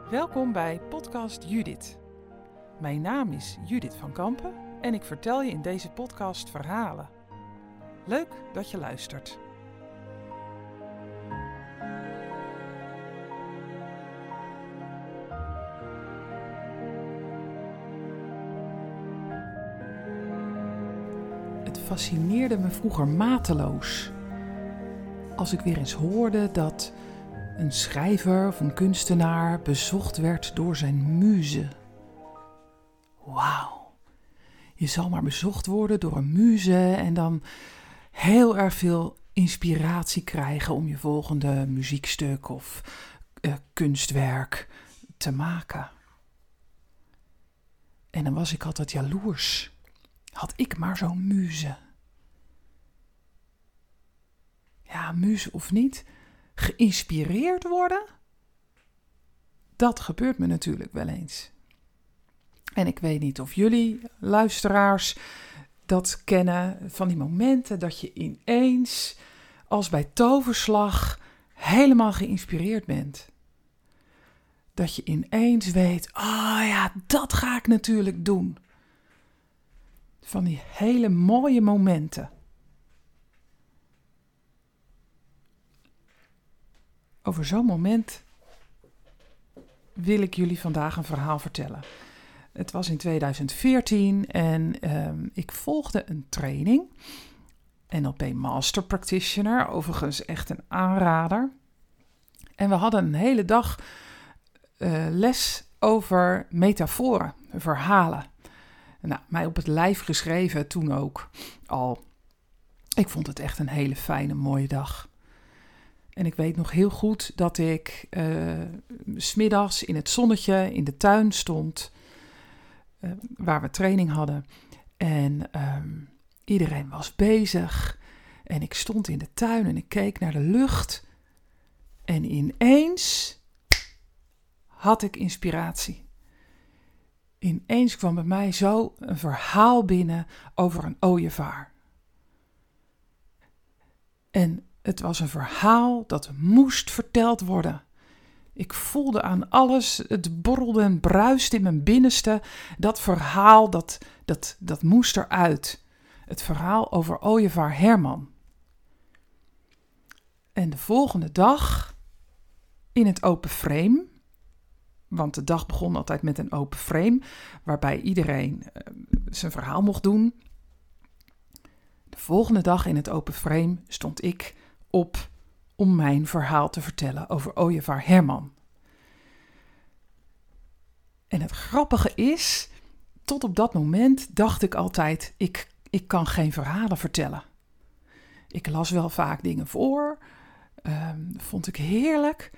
Welkom bij podcast Judith. Mijn naam is Judith van Kampen en ik vertel je in deze podcast verhalen. Leuk dat je luistert. Het fascineerde me vroeger mateloos. Als ik weer eens hoorde dat een schrijver of een kunstenaar bezocht werd door zijn muze. Wauw, je zal maar bezocht worden door een muze en dan heel erg veel inspiratie krijgen om je volgende muziekstuk of kunstwerk te maken. En dan was ik altijd jaloers. Had ik maar zo'n muze. Ja, muze of niet, geïnspireerd worden, dat gebeurt me natuurlijk wel eens. En ik weet niet of jullie, luisteraars, dat kennen van die momenten dat je ineens, als bij toverslag, helemaal geïnspireerd bent. Dat je ineens weet, ja, dat ga ik natuurlijk doen. Van die hele mooie momenten. Over zo'n moment wil ik jullie vandaag een verhaal vertellen. Het was in 2014 en ik volgde een training. NLP Master Practitioner, overigens echt een aanrader. En we hadden een hele dag les over metaforen, verhalen. Nou, mij op het lijf geschreven toen ook al. Ik vond het echt een hele fijne, mooie dag. En ik weet nog heel goed dat ik 's middags in het zonnetje in de tuin stond, waar we training hadden. En iedereen was bezig. En ik stond in de tuin en ik keek naar de lucht. En ineens had ik inspiratie. Ineens kwam bij mij zo een verhaal binnen over een ooievaar. En het was een verhaal dat moest verteld worden. Ik voelde aan alles, het borrelde en bruiste in mijn binnenste. Dat verhaal, dat moest eruit. Het verhaal over ooievaar Herman. En de volgende dag, in het open frame, want de dag begon altijd met een open frame, waarbij iedereen zijn verhaal mocht doen. De volgende dag in het open frame stond ik op om mijn verhaal te vertellen over ooievaar Herman. En het grappige is, tot op dat moment dacht ik altijd, ik kan geen verhalen vertellen. Ik las wel vaak dingen voor, vond ik heerlijk.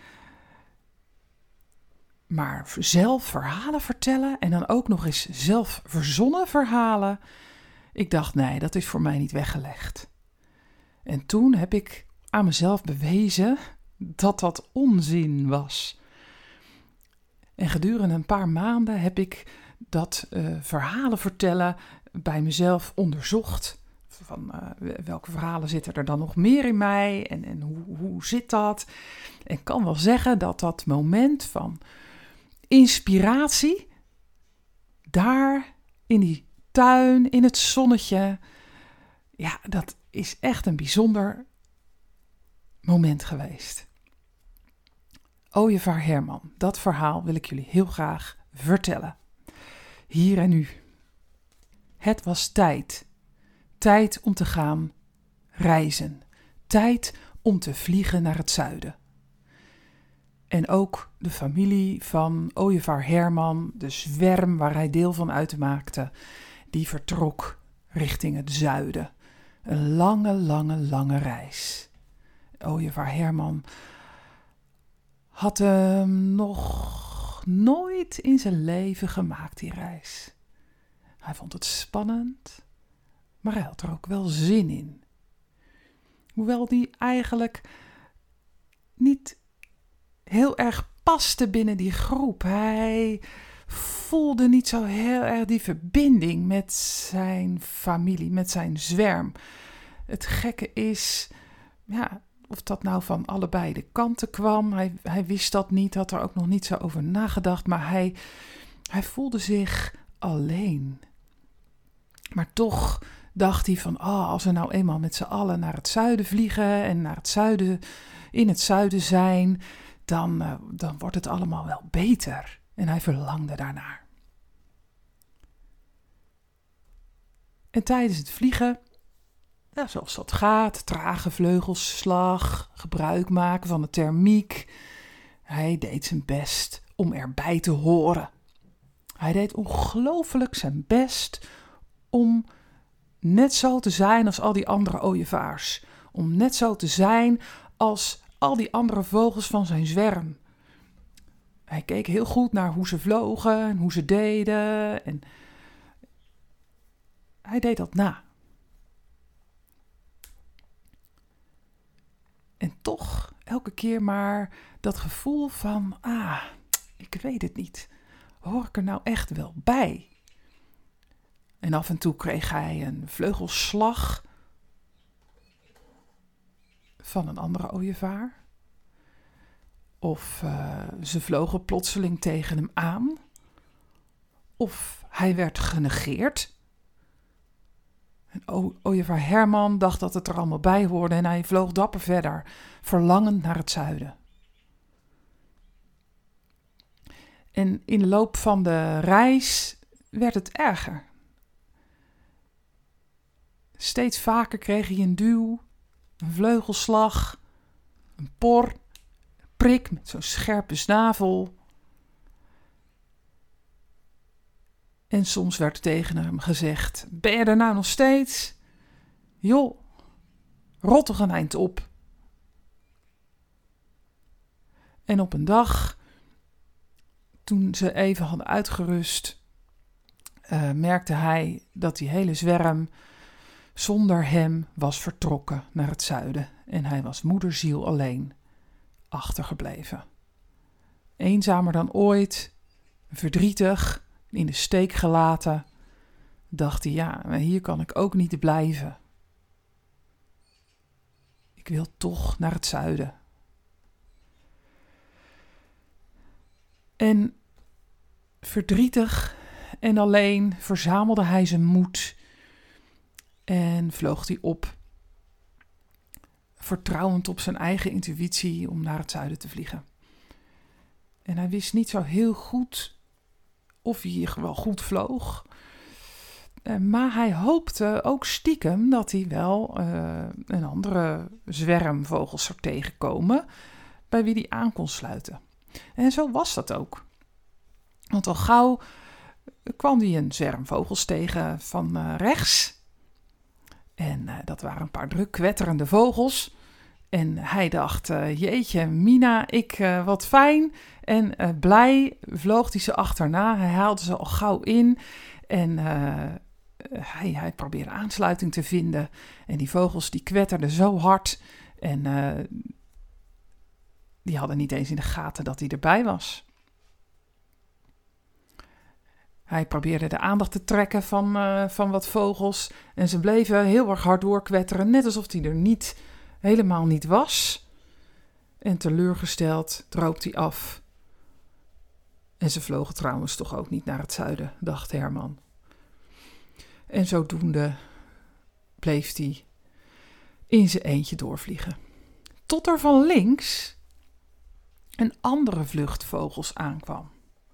Maar zelf verhalen vertellen en dan ook nog eens zelf verzonnen verhalen. Ik dacht, nee, dat is voor mij niet weggelegd. En toen heb ik aan mezelf bewezen dat dat onzin was. En gedurende een paar maanden heb ik dat verhalen vertellen bij mezelf onderzocht. Van welke verhalen zitten er dan nog meer in mij en hoe zit dat? En ik kan wel zeggen dat dat moment van inspiratie, daar in die tuin, in het zonnetje, ja, dat is echt een bijzonder moment geweest. Ooievaar Herman, dat verhaal wil ik jullie heel graag vertellen. Hier en nu. Het was tijd. Tijd om te gaan reizen. Tijd om te vliegen naar het zuiden. En ook de familie van ooievaar Herman, de zwerm waar hij deel van uitmaakte, die vertrok richting het zuiden. Een lange, lange, lange reis. Ooievaar Herman had hem nog nooit in zijn leven gemaakt, die reis. Hij vond het spannend, maar hij had er ook wel zin in. Hoewel die eigenlijk niet heel erg paste binnen die groep. Hij voelde niet zo heel erg die verbinding met zijn familie, met zijn zwerm. Het gekke is, ja, of dat nou van allebei de kanten kwam. Hij wist dat niet, had er ook nog niet zo over nagedacht. Maar hij voelde zich alleen. Maar toch dacht hij van, als we nou eenmaal met z'n allen naar het zuiden vliegen en in het zuiden zijn, dan wordt het allemaal wel beter. En hij verlangde daarnaar. En tijdens het vliegen, zoals dat gaat, trage vleugelsslag, gebruik maken van de thermiek. Hij deed zijn best om erbij te horen. Hij deed ongelooflijk zijn best om net zo te zijn als al die andere ooievaars. Om net zo te zijn als al die andere vogels van zijn zwerm. Hij keek heel goed naar hoe ze vlogen en hoe ze deden. En hij deed dat na. En toch elke keer maar dat gevoel van, ik weet het niet. Hoor ik er nou echt wel bij? En af en toe kreeg hij een vleugelslag van een andere ooievaar. Of ze vlogen plotseling tegen hem aan. Of hij werd genegeerd. En ooievaar Herman dacht dat het er allemaal bij hoorde en hij vloog dapper verder, verlangend naar het zuiden. En in de loop van de reis werd het erger. Steeds vaker kreeg hij een duw, een vleugelslag, een por, een prik met zo'n scherpe snavel. En soms werd tegen hem gezegd, ben je er nou nog steeds? Joh, rot toch een eind op. En op een dag, toen ze even hadden uitgerust, merkte hij dat die hele zwerm zonder hem was vertrokken naar het zuiden. En hij was moederziel alleen achtergebleven. Eenzamer dan ooit, verdrietig, in de steek gelaten, dacht hij, maar hier kan ik ook niet blijven. Ik wil toch naar het zuiden. En verdrietig en alleen verzamelde hij zijn moed en vloog hij op, vertrouwend op zijn eigen intuïtie om naar het zuiden te vliegen. En hij wist niet zo heel goed of hij hier wel goed vloog. Maar hij hoopte ook stiekem dat hij wel een andere zwerm vogels zou tegenkomen bij wie hij aan kon sluiten. En zo was dat ook. Want al gauw kwam hij een zwerm vogels tegen van rechts. En dat waren een paar druk kwetterende vogels. En hij dacht, jeetje Mina, wat fijn. En blij vloog hij ze achterna. Hij haalde ze al gauw in. En hij probeerde aansluiting te vinden. En die vogels die kwetterden zo hard. En die hadden niet eens in de gaten dat hij erbij was. Hij probeerde de aandacht te trekken van wat vogels. En ze bleven heel erg hard doorkwetteren. Net alsof hij er helemaal niet was. En teleurgesteld droop hij af. En ze vlogen trouwens toch ook niet naar het zuiden, dacht Herman. En zodoende bleef hij in zijn eentje doorvliegen. Tot er van links een andere vlucht vogels aankwam.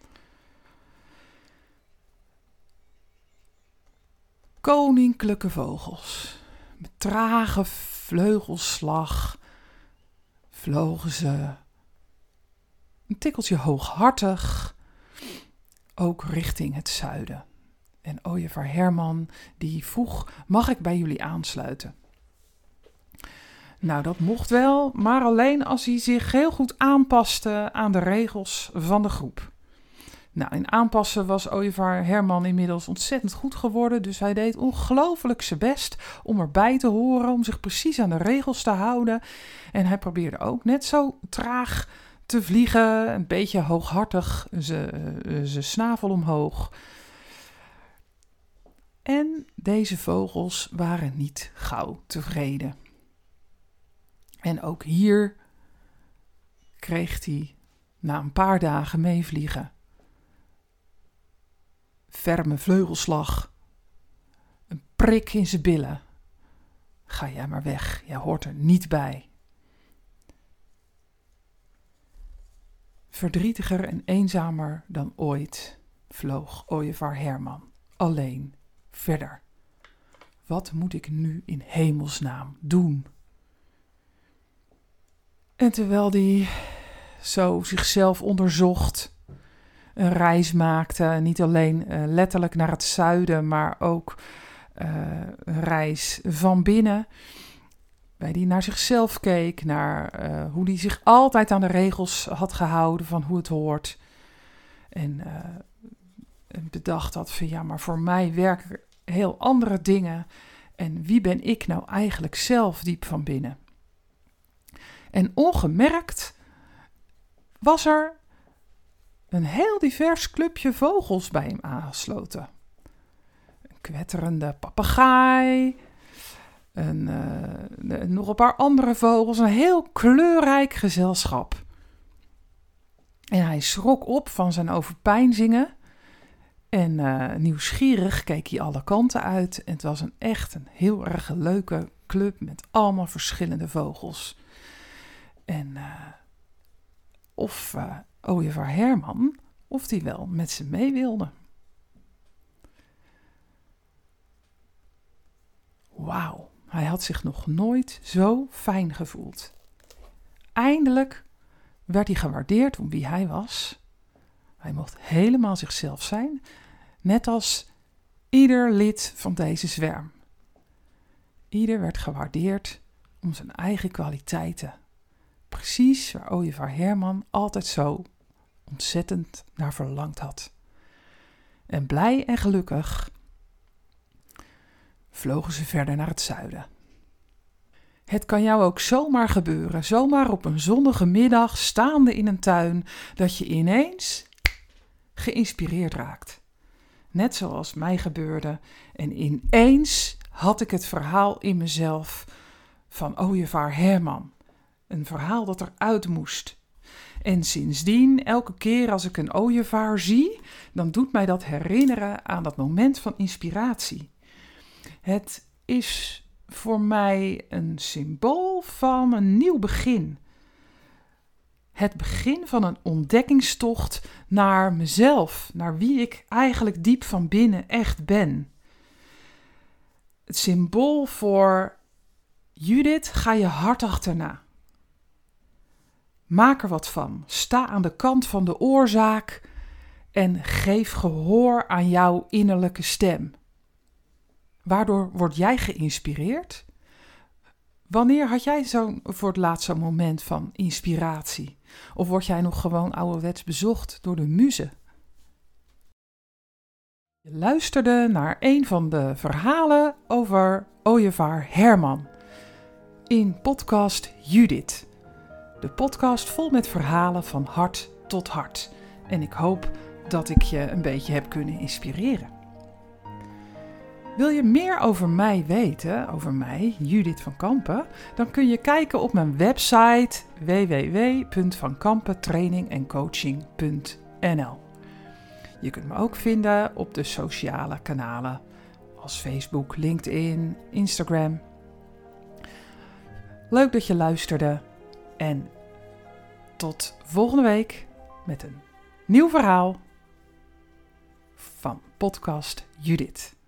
Koninklijke vogels. Met trage vleugelslag vlogen ze een tikkeltje hooghartig, ook richting het zuiden. En ooievaar Herman die vroeg, mag ik bij jullie aansluiten? Nou, dat mocht wel, maar alleen als hij zich heel goed aanpaste aan de regels van de groep. Nou, in aanpassen was ooievaar Herman inmiddels ontzettend goed geworden, dus hij deed ongelooflijk zijn best om erbij te horen, om zich precies aan de regels te houden. En hij probeerde ook net zo traag te vliegen, een beetje hooghartig, zijn snavel omhoog. En deze vogels waren niet gauw tevreden. En ook hier kreeg hij na een paar dagen meevliegen ferme vleugelslag, een prik in zijn billen. Ga jij maar weg, jij hoort er niet bij. Verdrietiger en eenzamer dan ooit vloog ooievaar Herman alleen verder. Wat moet ik nu in hemelsnaam doen? En terwijl hij zo zichzelf onderzocht, een reis maakte, niet alleen letterlijk naar het zuiden, maar ook een reis van binnen, bij die naar zichzelf keek, naar hoe hij zich altijd aan de regels had gehouden van hoe het hoort. En bedacht had van ja, maar voor mij werken heel andere dingen. En wie ben ik nou eigenlijk zelf diep van binnen? En ongemerkt was er een heel divers clubje vogels bij hem aangesloten. Een kwetterende papegaai, nog een paar andere vogels, een heel kleurrijk gezelschap. En hij schrok op van zijn overpeinzingen en nieuwsgierig keek hij alle kanten uit. En het was echt een heel erg leuke club met allemaal verschillende vogels. En ooievaar Herman, of die wel met ze mee wilde. Wauw, hij had zich nog nooit zo fijn gevoeld. Eindelijk werd hij gewaardeerd om wie hij was. Hij mocht helemaal zichzelf zijn, net als ieder lid van deze zwerm. Ieder werd gewaardeerd om zijn eigen kwaliteiten. Precies waar ooievaar Herman altijd zo ontzettend naar verlangd had. En blij en gelukkig vlogen ze verder naar het zuiden. Het kan jou ook zomaar gebeuren, zomaar op een zonnige middag staande in een tuin, dat je ineens geïnspireerd raakt. Net zoals mij gebeurde. En ineens had ik het verhaal in mezelf van ooievaar Herman. Een verhaal dat eruit moest. En sindsdien, elke keer als ik een ooievaar zie, dan doet mij dat herinneren aan dat moment van inspiratie. Het is voor mij een symbool van een nieuw begin. Het begin van een ontdekkingstocht naar mezelf, naar wie ik eigenlijk diep van binnen echt ben. Het symbool voor Judith, ga je hart achterna. Maak er wat van. Sta aan de kant van de oorzaak en geef gehoor aan jouw innerlijke stem. Waardoor word jij geïnspireerd? Wanneer had jij voor het laatst zo'n moment van inspiratie? Of word jij nog gewoon ouderwets bezocht door de muzen? Je luisterde naar een van de verhalen over ooievaar Herman in podcast Judith. De podcast vol met verhalen van hart tot hart. En ik hoop dat ik je een beetje heb kunnen inspireren. Wil je meer over mij weten, over mij, Judith van Kampen, dan kun je kijken op mijn website www.vankampentrainingcoaching.nl. Je kunt me ook vinden op de sociale kanalen als Facebook, LinkedIn, Instagram. Leuk dat je luisterde en tot volgende week met een nieuw verhaal van podcast Judith.